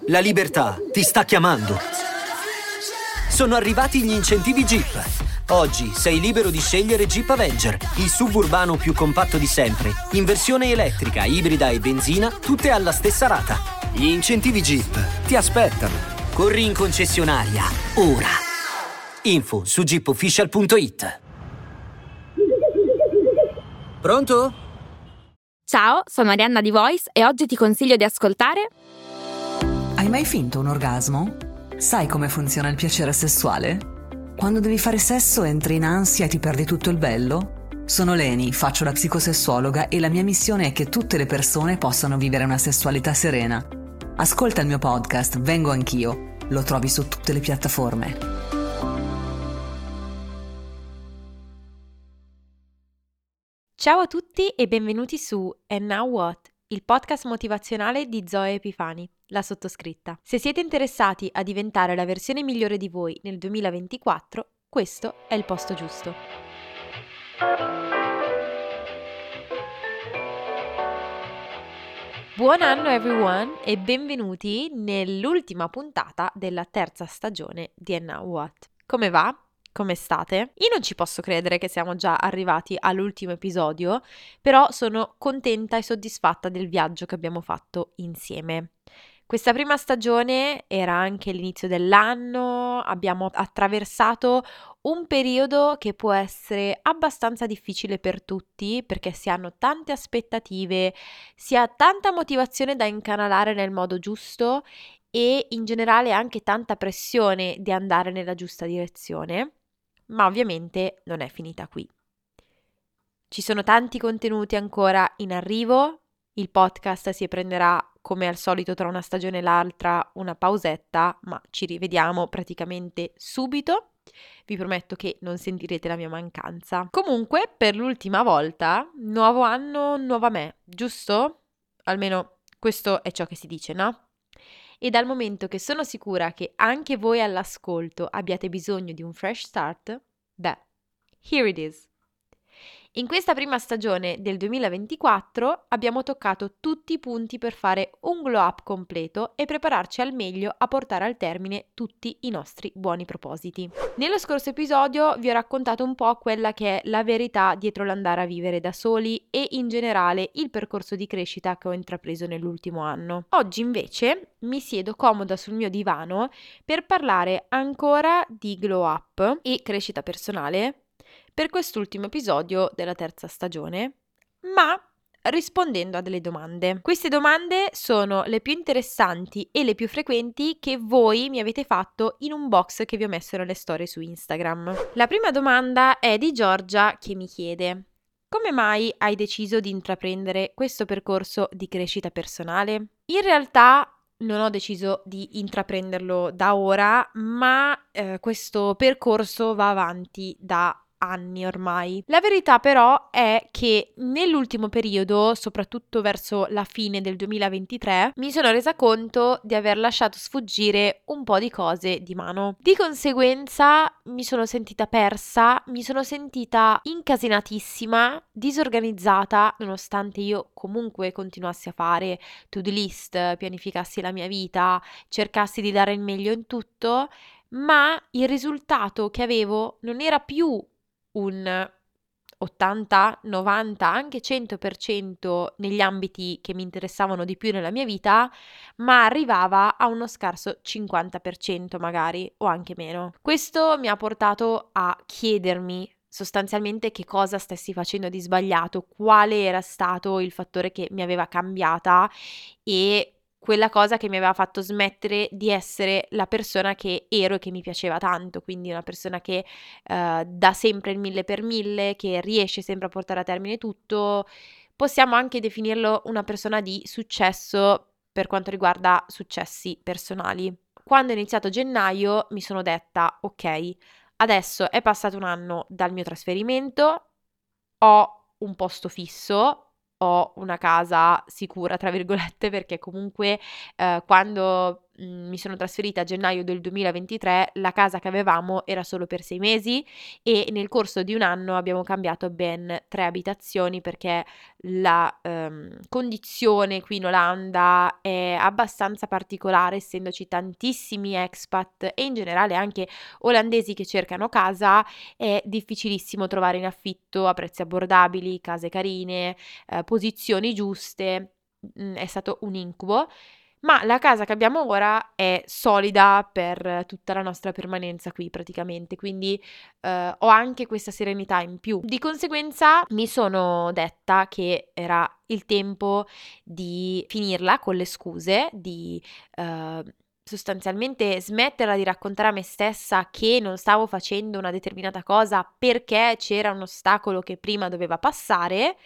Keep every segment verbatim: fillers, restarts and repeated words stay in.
La libertà ti sta chiamando. Sono arrivati gli incentivi Jeep. Oggi sei libero di scegliere Jeep Avenger, il suburbano più compatto di sempre, in versione elettrica, ibrida e benzina, tutte alla stessa rata. Gli incentivi Jeep ti aspettano. Corri in concessionaria, ora. Info su jeep official punto it. Pronto? Ciao, sono Arianna di Voice e oggi ti consiglio di ascoltare... Hai mai finto un orgasmo? Sai come funziona il piacere sessuale? Quando devi fare sesso entri in ansia e ti perdi tutto il bello? Sono Leni, faccio la psicosessuologa e la mia missione è che tutte le persone possano vivere una sessualità serena. Ascolta il mio podcast Vengo Anch'io, lo trovi su tutte le piattaforme. Ciao a tutti e benvenuti su And Now What, il podcast motivazionale di Zoe Epifani, la sottoscritta. Se siete interessati a diventare la versione migliore di voi nel duemilaventiquattro, questo è il posto giusto. Buon anno everyone e benvenuti nell'ultima puntata della terza stagione di And Now What. Come va? Come state? Io non ci posso credere che siamo già arrivati all'ultimo episodio, però sono contenta e soddisfatta del viaggio che abbiamo fatto insieme. Questa prima stagione era anche l'inizio dell'anno, abbiamo attraversato un periodo che può essere abbastanza difficile per tutti perché si hanno tante aspettative, si ha tanta motivazione da incanalare nel modo giusto e in generale anche tanta pressione di andare nella giusta direzione. Ma ovviamente non è finita qui. Ci sono tanti contenuti ancora in arrivo, il podcast si prenderà come al solito tra una stagione e l'altra una pausetta, ma ci rivediamo praticamente subito. Vi prometto che non sentirete la mia mancanza. Comunque, per l'ultima volta, nuovo anno, nuova me, giusto? Almeno questo è ciò che si dice, no? E dal momento che sono sicura che anche voi all'ascolto abbiate bisogno di un fresh start, beh, here it is. In questa prima stagione del duemilaventiquattro abbiamo toccato tutti i punti per fare un glow up completo e prepararci al meglio a portare al termine tutti i nostri buoni propositi. Nello scorso episodio vi ho raccontato un po' quella che è la verità dietro l'andare a vivere da soli e in generale il percorso di crescita che ho intrapreso nell'ultimo anno. Oggi invece mi siedo comoda sul mio divano per parlare ancora di glow up e crescita personale per quest'ultimo episodio della terza stagione, ma rispondendo a delle domande. Queste domande sono le più interessanti e le più frequenti che voi mi avete fatto in un box che vi ho messo nelle storie su Instagram. La prima domanda è di Giorgia che mi chiede: come mai hai deciso di intraprendere questo percorso di crescita personale? In realtà non ho deciso di intraprenderlo da ora, ma eh, questo percorso va avanti da anni ormai. La verità però è che nell'ultimo periodo, soprattutto verso la fine del duemilaventitré, mi sono resa conto di aver lasciato sfuggire un po' di cose di mano. Di conseguenza mi sono sentita persa, mi sono sentita incasinatissima, disorganizzata, nonostante io comunque continuassi a fare to-do list, pianificassi la mia vita, cercassi di dare il meglio in tutto, ma il risultato che avevo non era più un ottanta, novanta, anche cento per cento negli ambiti che mi interessavano di più nella mia vita, ma arrivava a uno scarso cinquanta per cento magari, o anche meno. Questo mi ha portato a chiedermi sostanzialmente che cosa stessi facendo di sbagliato, quale era stato il fattore che mi aveva cambiata e quella cosa che mi aveva fatto smettere di essere la persona che ero e che mi piaceva tanto, quindi una persona che eh, dà sempre il mille per mille, che riesce sempre a portare a termine tutto. Possiamo anche definirlo una persona di successo per quanto riguarda successi personali. Quando è iniziato gennaio mi sono detta: ok, adesso è passato un anno dal mio trasferimento, ho un posto fisso, ho una casa sicura, tra virgolette, perché comunque eh, quando mh, mi sono trasferita a gennaio del duemilaventitré, la casa che avevamo era solo per sei mesi e nel corso di un anno abbiamo cambiato ben tre abitazioni perché la ehm, condizione qui in Olanda è abbastanza particolare, essendoci tantissimi expat e in generale anche olandesi che cercano casa. È difficilissimo trovare in affitto a prezzi abbordabili, case carine, eh, posizioni giuste. Mm, è stato un incubo, ma la casa che abbiamo ora è solida per tutta la nostra permanenza qui praticamente, quindi eh, ho anche questa serenità in più. Di conseguenza mi sono detta che era il tempo di finirla con le scuse, di eh, sostanzialmente smetterla di raccontare a me stessa che non stavo facendo una determinata cosa perché c'era un ostacolo che prima doveva passare,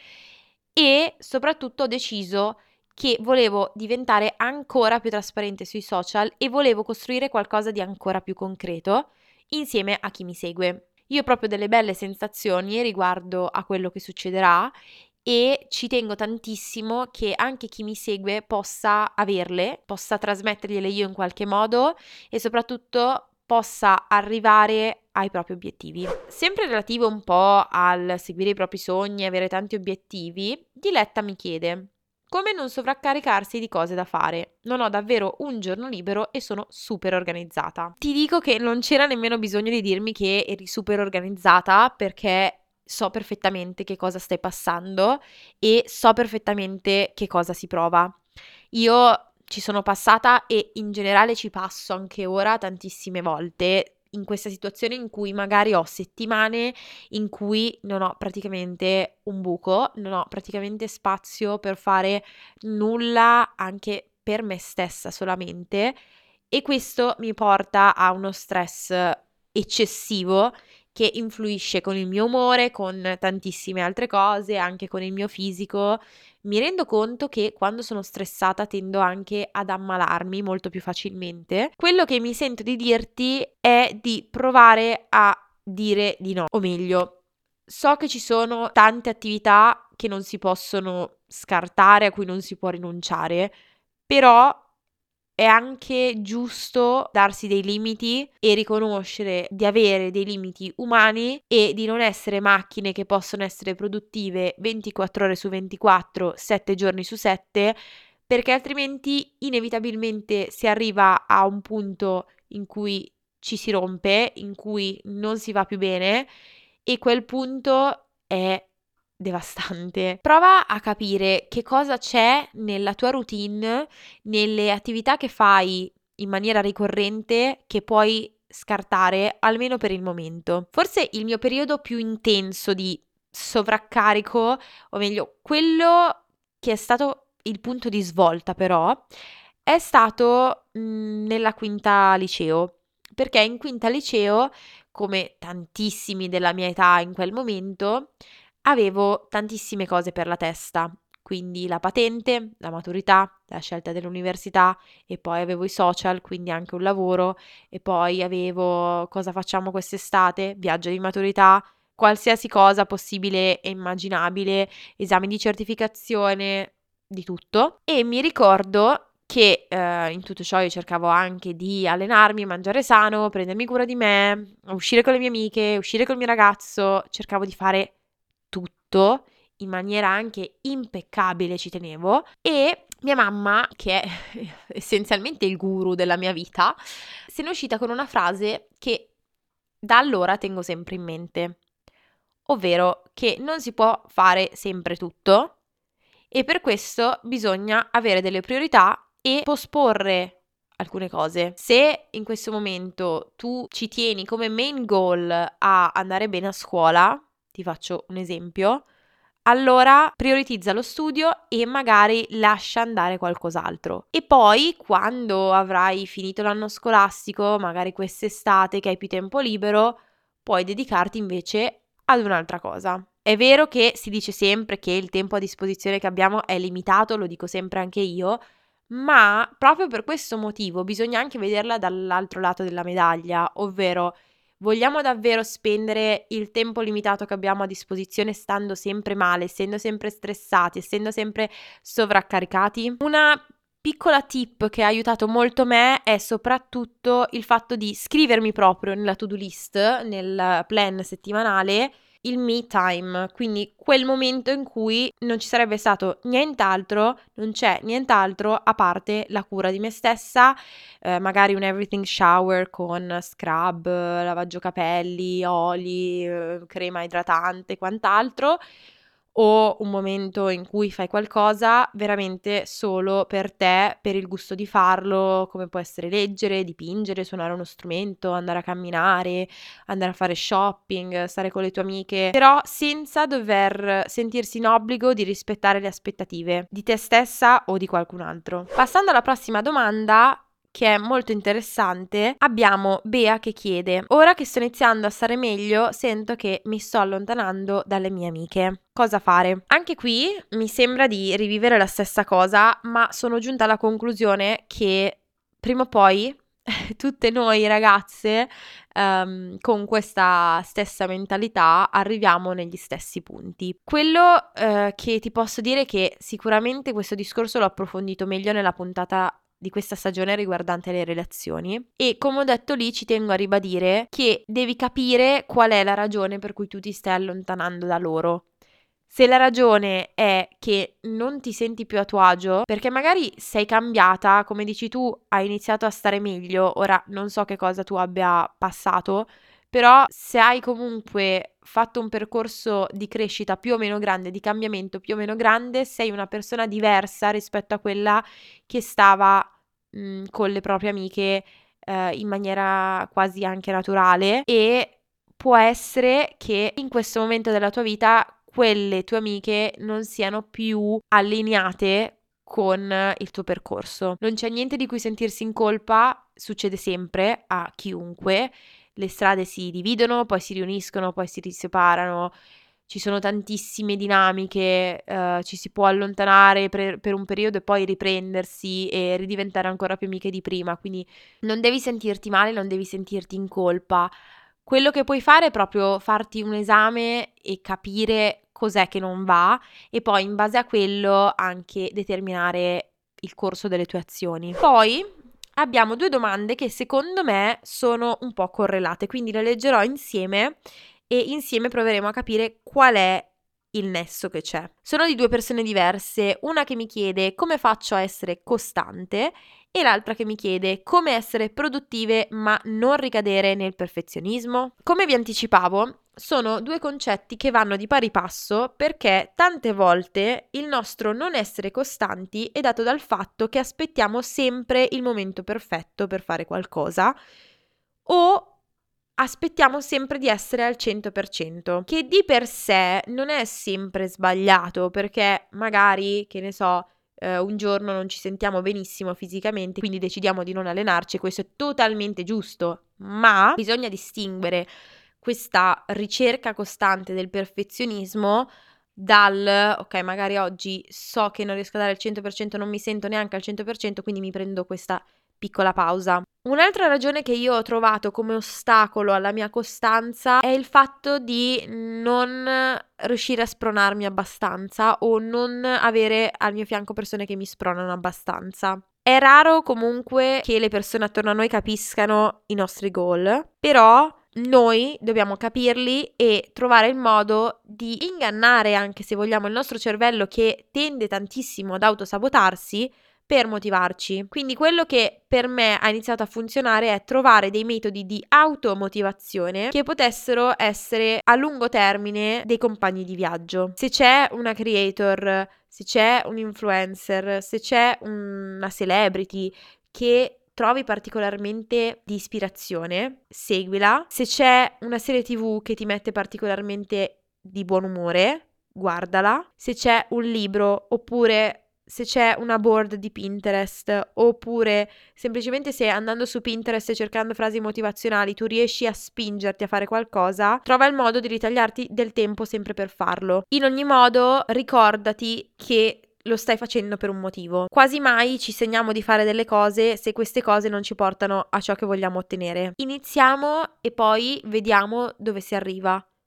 e soprattutto ho deciso che volevo diventare ancora più trasparente sui social e volevo costruire qualcosa di ancora più concreto insieme a chi mi segue. Io ho proprio delle belle sensazioni riguardo a quello che succederà e ci tengo tantissimo che anche chi mi segue possa averle, possa trasmettergliele io in qualche modo e soprattutto possa arrivare ai propri obiettivi. Sempre relativo un po' al seguire i propri sogni e avere tanti obiettivi, Diletta mi chiede: come non sovraccaricarsi di cose da fare? Non ho davvero un giorno libero e sono super organizzata. Ti dico che non c'era nemmeno bisogno di dirmi che eri super organizzata, perché so perfettamente che cosa stai passando e so perfettamente che cosa si prova. Io ci sono passata e in generale ci passo anche ora tantissime volte in questa situazione in cui magari ho settimane in cui non ho praticamente un buco, non ho praticamente spazio per fare nulla anche per me stessa solamente, e questo mi porta a uno stress eccessivo che influisce con il mio umore, con tantissime altre cose, anche con il mio fisico. Mi rendo conto che quando sono stressata tendo anche ad ammalarmi molto più facilmente. Quello che mi sento di dirti è di provare a dire di no, o meglio, so che ci sono tante attività che non si possono scartare, a cui non si può rinunciare, però è anche giusto darsi dei limiti e riconoscere di avere dei limiti umani e di non essere macchine che possono essere produttive ventiquattro ore su ventiquattro, sette giorni su sette, perché altrimenti inevitabilmente si arriva a un punto in cui ci si rompe, in cui non si va più bene, e quel punto è devastante. Prova a capire che cosa c'è nella tua routine, nelle attività che fai in maniera ricorrente che puoi scartare almeno per il momento. Forse il mio periodo più intenso di sovraccarico, o meglio, quello che è stato il punto di svolta però, è stato mh, nella quinta liceo, perché in quinta liceo, come tantissimi della mia età in quel momento, avevo tantissime cose per la testa, quindi la patente, la maturità, la scelta dell'università, e poi avevo i social, quindi anche un lavoro, e poi avevo cosa facciamo quest'estate, viaggio di maturità, qualsiasi cosa possibile e immaginabile, esami di certificazione, di tutto. E mi ricordo che eh, in tutto ciò io cercavo anche di allenarmi, mangiare sano, prendermi cura di me, uscire con le mie amiche, uscire col mio ragazzo, cercavo di fare tutto in maniera anche impeccabile, ci tenevo. E mia mamma, che è essenzialmente il guru della mia vita, se ne è uscita con una frase che da allora tengo sempre in mente, ovvero che non si può fare sempre tutto e per questo bisogna avere delle priorità e posporre alcune cose. Se in questo momento tu ci tieni come main goal a andare bene a scuola, ti faccio un esempio, allora prioritizza lo studio e magari lascia andare qualcos'altro. E poi, quando avrai finito l'anno scolastico, magari quest'estate che hai più tempo libero, puoi dedicarti invece ad un'altra cosa. È vero che si dice sempre che il tempo a disposizione che abbiamo è limitato, lo dico sempre anche io, ma proprio per questo motivo bisogna anche vederla dall'altro lato della medaglia, ovvero vogliamo davvero spendere il tempo limitato che abbiamo a disposizione stando sempre male, essendo sempre stressati, essendo sempre sovraccaricati? Una piccola tip che ha aiutato molto me è soprattutto il fatto di scrivermi proprio nella to-do list, nel plan settimanale, il me time, quindi quel momento in cui non ci sarebbe stato nient'altro, non c'è nient'altro a parte la cura di me stessa, eh, magari un everything shower con scrub, lavaggio capelli, oli, eh, crema idratante, quant'altro, o un momento in cui fai qualcosa veramente solo per te, per il gusto di farlo, come può essere leggere, dipingere, suonare uno strumento, andare a camminare, andare a fare shopping, stare con le tue amiche, però senza dover sentirsi in obbligo di rispettare le aspettative di te stessa o di qualcun altro. Passando alla prossima domanda, che è molto interessante, abbiamo Bea che chiede: ora che sto iniziando a stare meglio, sento che mi sto allontanando dalle mie amiche. Cosa fare? Anche qui mi sembra di rivivere la stessa cosa, ma sono giunta alla conclusione che prima o poi tutte noi ragazze um, con questa stessa mentalità arriviamo negli stessi punti. Quello uh, che ti posso dire è che sicuramente questo discorso l'ho approfondito meglio nella puntata di questa stagione riguardante le relazioni, e come ho detto lì ci tengo a ribadire che devi capire qual è la ragione per cui tu ti stai allontanando da loro. Se la ragione è che non ti senti più a tuo agio, perché magari sei cambiata, come dici tu, hai iniziato a stare meglio, ora non so che cosa tu abbia passato, però se hai comunque fatto un percorso di crescita più o meno grande, di cambiamento più o meno grande, sei una persona diversa rispetto a quella che stava mh, con le proprie amiche eh, in maniera quasi anche naturale, e può essere che in questo momento della tua vita quelle tue amiche non siano più allineate con il tuo percorso. Non c'è niente di cui sentirsi in colpa, succede sempre a chiunque. Le strade si dividono, poi si riuniscono, poi si riseparano, ci sono tantissime dinamiche, eh, ci si può allontanare per, per un periodo e poi riprendersi e ridiventare ancora più amiche di prima, quindi non devi sentirti male, non devi sentirti in colpa. Quello che puoi fare è proprio farti un esame e capire cos'è che non va, e poi in base a quello anche determinare il corso delle tue azioni. Poi abbiamo due domande che secondo me sono un po' correlate, quindi le leggerò insieme e insieme proveremo a capire qual è il nesso che c'è. Sono di due persone diverse, una che mi chiede come faccio a essere costante e l'altra che mi chiede come essere produttive ma non ricadere nel perfezionismo. Come vi anticipavo, sono due concetti che vanno di pari passo, perché tante volte il nostro non essere costanti è dato dal fatto che aspettiamo sempre il momento perfetto per fare qualcosa, o aspettiamo sempre di essere al cento per cento, che di per sé non è sempre sbagliato, perché magari, che ne so, eh, un giorno non ci sentiamo benissimo fisicamente, quindi decidiamo di non allenarci, questo è totalmente giusto, ma bisogna distinguere questa ricerca costante del perfezionismo dal ok, magari oggi so che non riesco a dare il cento per cento, non mi sento neanche al cento per cento, quindi mi prendo questa piccola pausa. Un'altra ragione che io ho trovato come ostacolo alla mia costanza è il fatto di non riuscire a spronarmi abbastanza o non avere al mio fianco persone che mi spronano abbastanza. È raro comunque che le persone attorno a noi capiscano i nostri goal, però noi dobbiamo capirli e trovare il modo di ingannare, anche se vogliamo, il nostro cervello, che tende tantissimo ad autosabotarsi, per motivarci. Quindi quello che per me ha iniziato a funzionare è trovare dei metodi di automotivazione che potessero essere a lungo termine dei compagni di viaggio. Se c'è una creator, se c'è un influencer, se c'è una celebrity che trovi particolarmente di ispirazione, seguila. Se c'è una serie tivù che ti mette particolarmente di buon umore, guardala. Se c'è un libro, oppure se c'è una board di Pinterest, oppure semplicemente se andando su Pinterest e cercando frasi motivazionali tu riesci a spingerti a fare qualcosa, trova il modo di ritagliarti del tempo sempre per farlo. In ogni modo, ricordati che lo stai facendo per un motivo. Quasi mai ci segniamo di fare delle cose se queste cose non ci portano a ciò che vogliamo ottenere. Iniziamo e poi vediamo dove si arriva.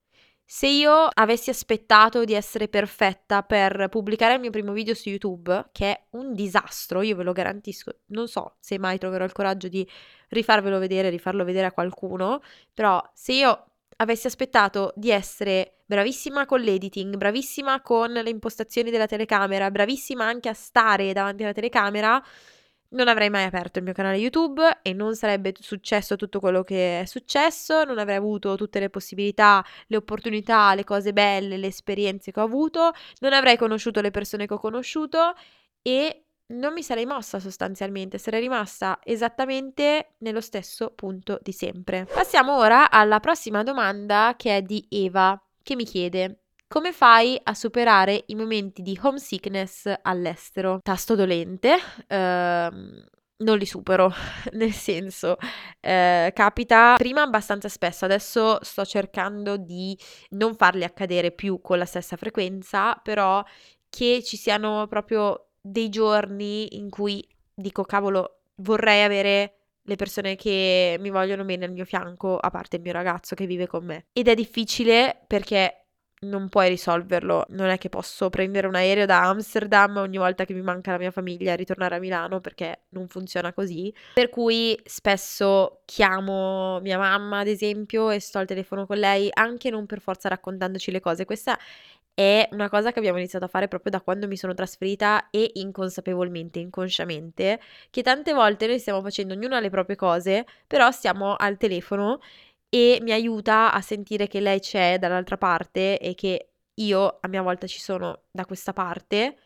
Se io avessi aspettato di essere perfetta per pubblicare il mio primo video su YouTube, che è un disastro, io ve lo garantisco, non so se mai troverò il coraggio di rifarvelo vedere, rifarlo vedere a qualcuno, però se io avessi aspettato di essere bravissima con l'editing, bravissima con le impostazioni della telecamera, bravissima anche a stare davanti alla telecamera, non avrei mai aperto il mio canale YouTube e non sarebbe successo tutto quello che è successo, non avrei avuto tutte le possibilità, le opportunità, le cose belle, le esperienze che ho avuto, non avrei conosciuto le persone che ho conosciuto e non mi sarei mossa sostanzialmente, sarei rimasta esattamente nello stesso punto di sempre. Passiamo ora alla prossima domanda, che è di Eva, che mi chiede: come fai a superare i momenti di homesickness all'estero? Tasto dolente, ehm, non li supero, nel senso, eh, capita prima abbastanza spesso, adesso sto cercando di non farli accadere più con la stessa frequenza, però che ci siano proprio dei giorni in cui dico, cavolo, vorrei avere le persone che mi vogliono bene al mio fianco, a parte il mio ragazzo che vive con me. Ed è difficile perché non puoi risolverlo, non è che posso prendere un aereo da Amsterdam ogni volta che mi manca la mia famiglia e ritornare a Milano, perché non funziona così, per cui spesso chiamo mia mamma ad esempio e sto al telefono con lei, anche non per forza raccontandoci le cose. Questa è una cosa che abbiamo iniziato a fare proprio da quando mi sono trasferita, e inconsapevolmente, inconsciamente, che tante volte noi stiamo facendo ognuno le proprie cose, però stiamo al telefono e mi aiuta a sentire che lei c'è dall'altra parte e che io a mia volta ci sono da questa parte.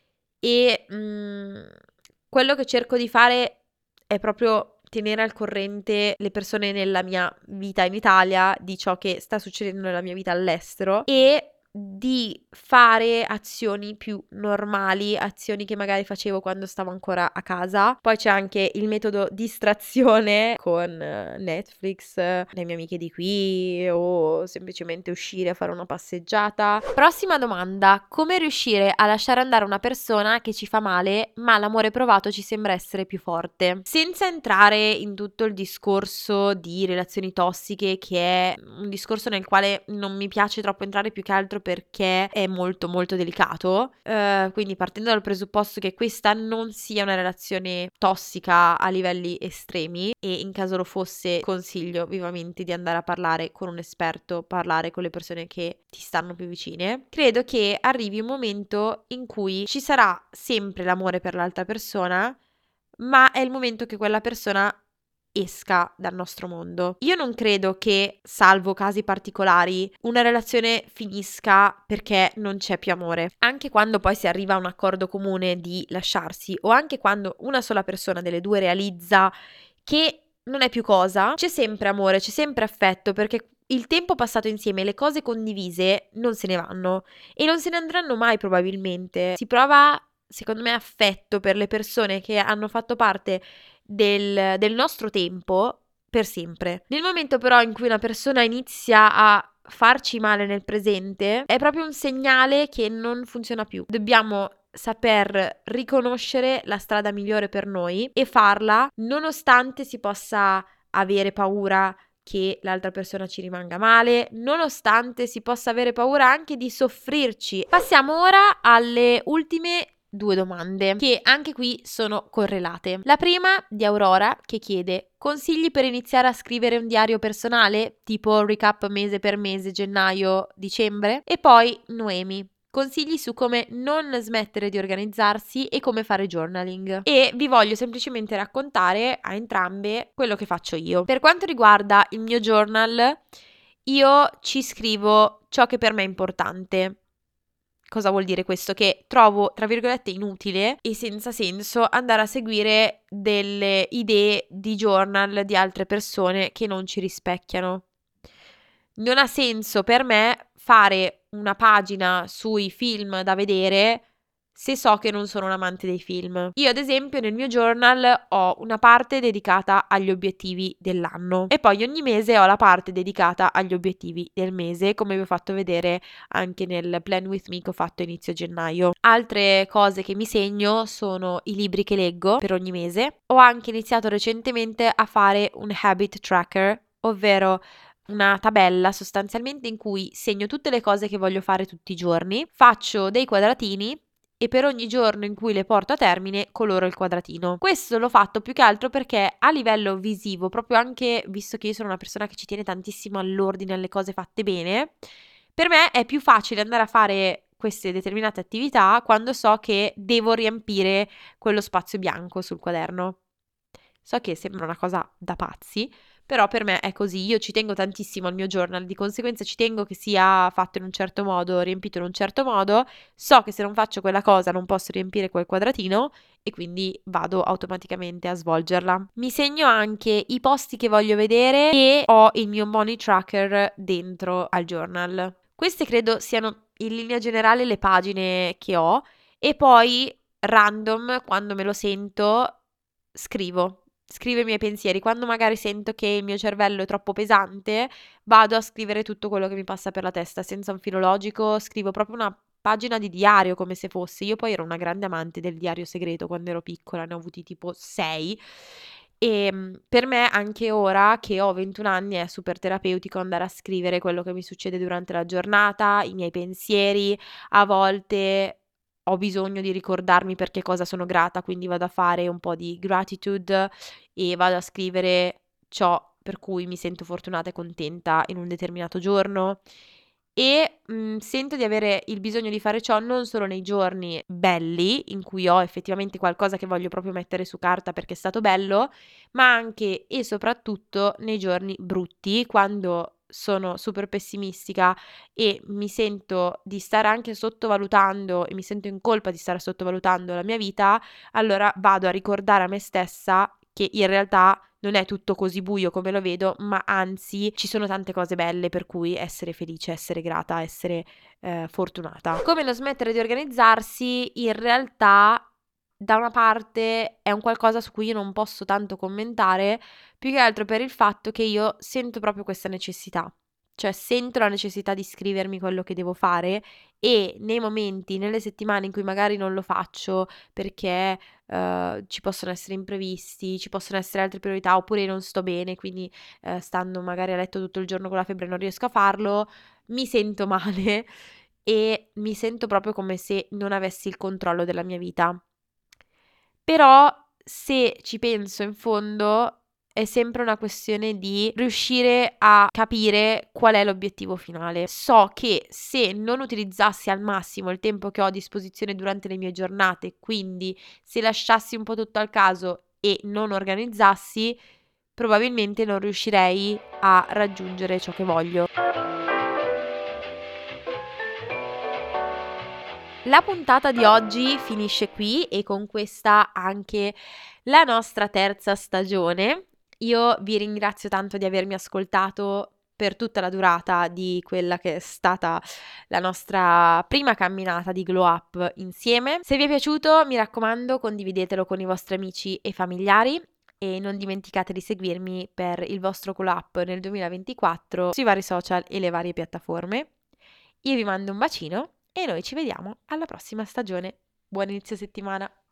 E mh, quello che cerco di fare è proprio tenere al corrente le persone nella mia vita in Italia di ciò che sta succedendo nella mia vita all'estero e di fare azioni più normali, azioni che magari facevo quando stavo ancora a casa. Poi c'è anche il metodo distrazione con Netflix, le mie amiche di qui, o semplicemente uscire a fare una passeggiata. Prossima domanda: come riuscire a lasciare andare una persona che ci fa male, ma l'amore provato ci sembra essere più forte? Senza entrare in tutto il discorso di relazioni tossiche, che è un discorso nel quale non mi piace troppo entrare, più che altro perché è molto molto delicato, uh, quindi partendo dal presupposto che questa non sia una relazione tossica a livelli estremi, e in caso lo fosse consiglio vivamente di andare a parlare con un esperto, parlare con le persone che ti stanno più vicine, credo che arrivi un momento in cui ci sarà sempre l'amore per l'altra persona, ma è il momento che quella persona esca dal nostro mondo. Io non credo che, salvo casi particolari, una relazione finisca perché non c'è più amore. Anche quando poi si arriva a un accordo comune di lasciarsi, o anche quando una sola persona delle due realizza che non è più cosa, c'è sempre amore, c'è sempre affetto, perché il tempo passato insieme, le cose condivise non se ne vanno e non se ne andranno mai probabilmente. Si prova, secondo me, affetto per le persone che hanno fatto parte Del, del nostro tempo per sempre. Nel momento però in cui una persona inizia a farci male nel presente, è proprio un segnale che non funziona più. Dobbiamo saper riconoscere la strada migliore per noi e farla, nonostante si possa avere paura che l'altra persona ci rimanga male, nonostante si possa avere paura anche di soffrirci. Passiamo ora alle ultime due domande, che anche qui sono correlate. La prima di Aurora, che chiede: consigli per iniziare a scrivere un diario personale, tipo recap mese per mese, gennaio, dicembre? E poi Noemi: consigli su come non smettere di organizzarsi e come fare journaling. E vi voglio semplicemente raccontare a entrambe quello che faccio io. Per quanto riguarda il mio journal, io ci scrivo ciò che per me è importante. Cosa vuol dire questo? Che trovo, tra virgolette, inutile e senza senso andare a seguire delle idee di journal di altre persone che non ci rispecchiano. Non ha senso per me fare una pagina sui film da vedere se so che non sono un amante dei film. Io ad esempio nel mio journal ho una parte dedicata agli obiettivi dell'anno e poi ogni mese ho la parte dedicata agli obiettivi del mese, come vi ho fatto vedere anche nel Plan With Me che ho fatto inizio gennaio. Altre cose che mi segno sono i libri che leggo per ogni mese. Ho anche iniziato recentemente a fare un habit tracker, ovvero una tabella sostanzialmente in cui segno tutte le cose che voglio fare tutti i giorni, faccio dei quadratini e per ogni giorno in cui le porto a termine coloro il quadratino. Questo l'ho fatto più che altro perché a livello visivo, proprio anche visto che io sono una persona che ci tiene tantissimo all'ordine, alle cose fatte bene, per me è più facile andare a fare queste determinate attività quando so che devo riempire quello spazio bianco sul quaderno. So che sembra una cosa da pazzi, però per me è così. Io ci tengo tantissimo al mio journal, di conseguenza ci tengo che sia fatto in un certo modo, riempito in un certo modo. So che se non faccio quella cosa non posso riempire quel quadratino e quindi vado automaticamente a svolgerla. Mi segno anche i posti che voglio vedere e ho il mio money tracker dentro al journal. Queste credo siano in linea generale le pagine che ho e poi random, quando me lo sento, scrivo. Scrivo i miei pensieri. Quando magari sento che il mio cervello è troppo pesante, vado a scrivere tutto quello che mi passa per la testa, senza un filo logico, scrivo proprio una pagina di diario come se fosse. Io poi ero una grande amante del diario segreto quando ero piccola, ne ho avuti tipo sei. E per me anche ora che ho ventuno anni è super terapeutico andare a scrivere quello che mi succede durante la giornata, i miei pensieri. A volte ho bisogno di ricordarmi per che cosa sono grata, quindi vado a fare un po' di gratitude e vado a scrivere ciò per cui mi sento fortunata e contenta in un determinato giorno. E mh, sento di avere il bisogno di fare ciò non solo nei giorni belli, in cui ho effettivamente qualcosa che voglio proprio mettere su carta perché è stato bello, ma anche e soprattutto nei giorni brutti, quando sono super pessimistica e mi sento di stare anche sottovalutando e mi sento in colpa di stare sottovalutando la mia vita, allora vado a ricordare a me stessa che in realtà non è tutto così buio come lo vedo, ma anzi ci sono tante cose belle per cui essere felice, essere grata, essere eh, fortunata. Come non smettere di organizzarsi, in realtà da una parte è un qualcosa su cui io non posso tanto commentare, più che altro per il fatto che io sento proprio questa necessità. Cioè sento la necessità di scrivermi quello che devo fare e nei momenti, nelle settimane in cui magari non lo faccio perché uh, ci possono essere imprevisti, ci possono essere altre priorità oppure non sto bene, quindi uh, stando magari a letto tutto il giorno con la febbre non riesco a farlo, mi sento male e mi sento proprio come se non avessi il controllo della mia vita. Però se ci penso in fondo è sempre una questione di riuscire a capire qual è l'obiettivo finale. So che se non utilizzassi al massimo il tempo che ho a disposizione durante le mie giornate, quindi se lasciassi un po' tutto al caso e non organizzassi, probabilmente non riuscirei a raggiungere ciò che voglio. La puntata di oggi finisce qui e con questa anche la nostra terza stagione. Io vi ringrazio tanto di avermi ascoltato per tutta la durata di quella che è stata la nostra prima camminata di Glow Up insieme. Se vi è piaciuto, mi raccomando, condividetelo con i vostri amici e familiari e non dimenticate di seguirmi per il vostro Glow Up nel duemilaventiquattro sui vari social e le varie piattaforme. Io vi mando un bacino e noi ci vediamo alla prossima stagione. Buon inizio settimana!